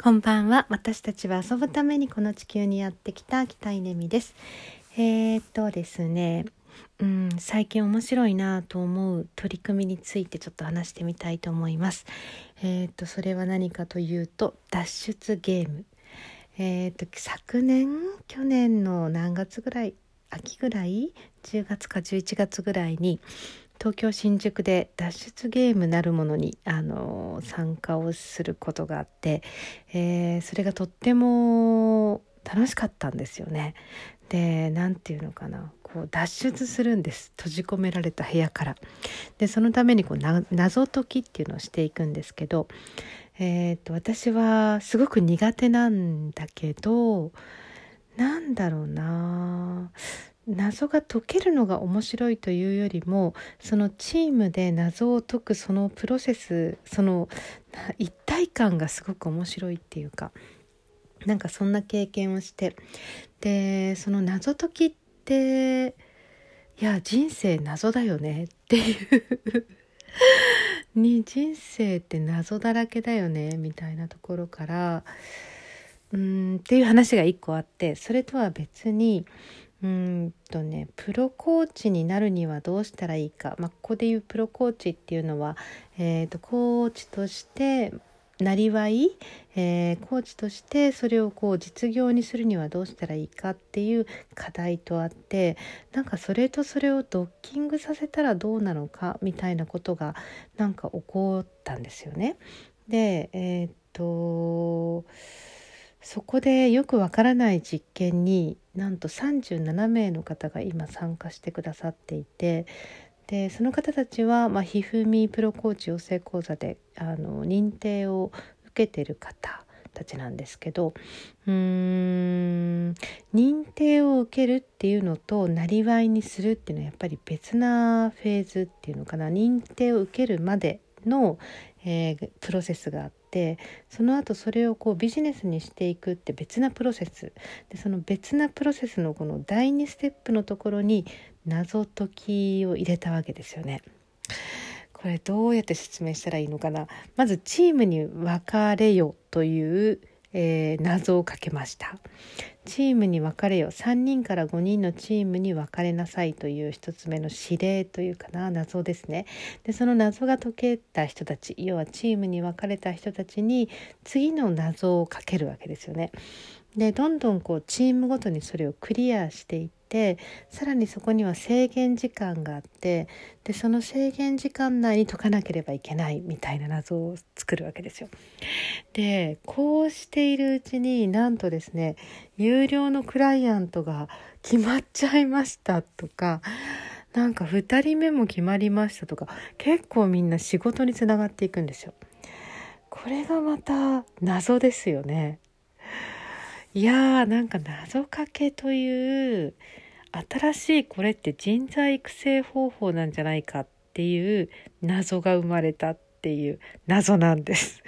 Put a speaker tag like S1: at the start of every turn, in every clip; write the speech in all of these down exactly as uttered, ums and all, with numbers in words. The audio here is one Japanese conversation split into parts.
S1: こんばんは。私たちは遊ぶためにこの地球にやってきた北井ねみです。えー、っとですね、うん、最近面白いなと思う取り組みについてちょっと話してみたいと思います。えー、っとそれは何かというと、脱出ゲーム。えー、っと昨年去年の何月ぐらい秋ぐらいじゅうがつかじゅういちがつぐらいに東京新宿で脱出ゲームなるものに、あの参加をすることがあって、えー、それがとっても楽しかったんですよね。で、なんていうのかな、こう脱出するんです。閉じ込められた部屋から。で、そのためにこうな謎解きっていうのをしていくんですけど、えー、と私はすごく苦手なんだけど、なんだろうな、謎が解けるのが面白いというよりも、そのチームで謎を解くそのプロセス、その一体感がすごく面白いっていうか、なんかそんな経験をして、でその謎解きって、いや人生謎だよねっていうに人生って謎だらけだよねみたいなところから、うーんっていう話が一個あって、それとは別にうーんとねプロコーチになるにはどうしたらいいか、まあ、ここでいうプロコーチっていうのは、えーと、コーチとしてなりわい、えー、コーチとしてそれをこう実業にするにはどうしたらいいかっていう課題とあって、なんかそれとそれをドッキングさせたらどうなのかみたいなことがなんか起こったんですよね。で、えーっとそこでよくわからない実験になんとさんじゅうななめいの方が今参加してくださっていて、でその方たちは、まあ、ひふみプロコーチ養成講座であの認定を受けてる方たちなんですけど、うーん認定を受けるっていうのとなりわいにするっていうのはやっぱり別なフェーズっていうのかな。認定を受けるまでの、えー、プロセスがあって、その後それをこうビジネスにしていくって別なプロセスで、その別なプロセスのこのだいにステップのところに謎解きを入れたわけですよね。これどうやって説明したらいいのかな。まずチームに分かれよという、えー、謎をかけました。チームに分かれよ、さんにんからごにんのチームに分かれなさいという一つ目の指令というかな、謎ですね。でその謎が解けた人たち、要はチームに分かれた人たちに次の謎をかけるわけですよね。でどんどんこうチームごとにそれをクリアしていって、さらにそこには制限時間があって、でその制限時間内に解かなければいけないみたいな謎を作るわけですよ。でこうしているうちになんとですね、有料のクライアントが決まっちゃいましたとか、なんかふたりめも決まりましたとか、結構みんな仕事につながっていくんですよ。これがまた謎ですよね。いやー、なんか謎かけという新しい、これって人材育成方法なんじゃないかっていう謎が生まれたっていう謎なんです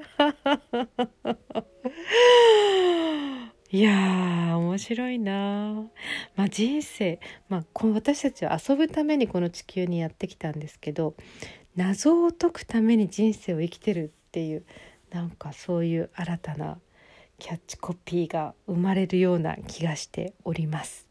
S1: いやー面白いな。まあ人生、まあこの私たちは遊ぶためにこの地球にやってきたんですけど、謎を解くために人生を生きてるっていう、なんかそういう新たなキャッチコピーが生まれるような気がしております。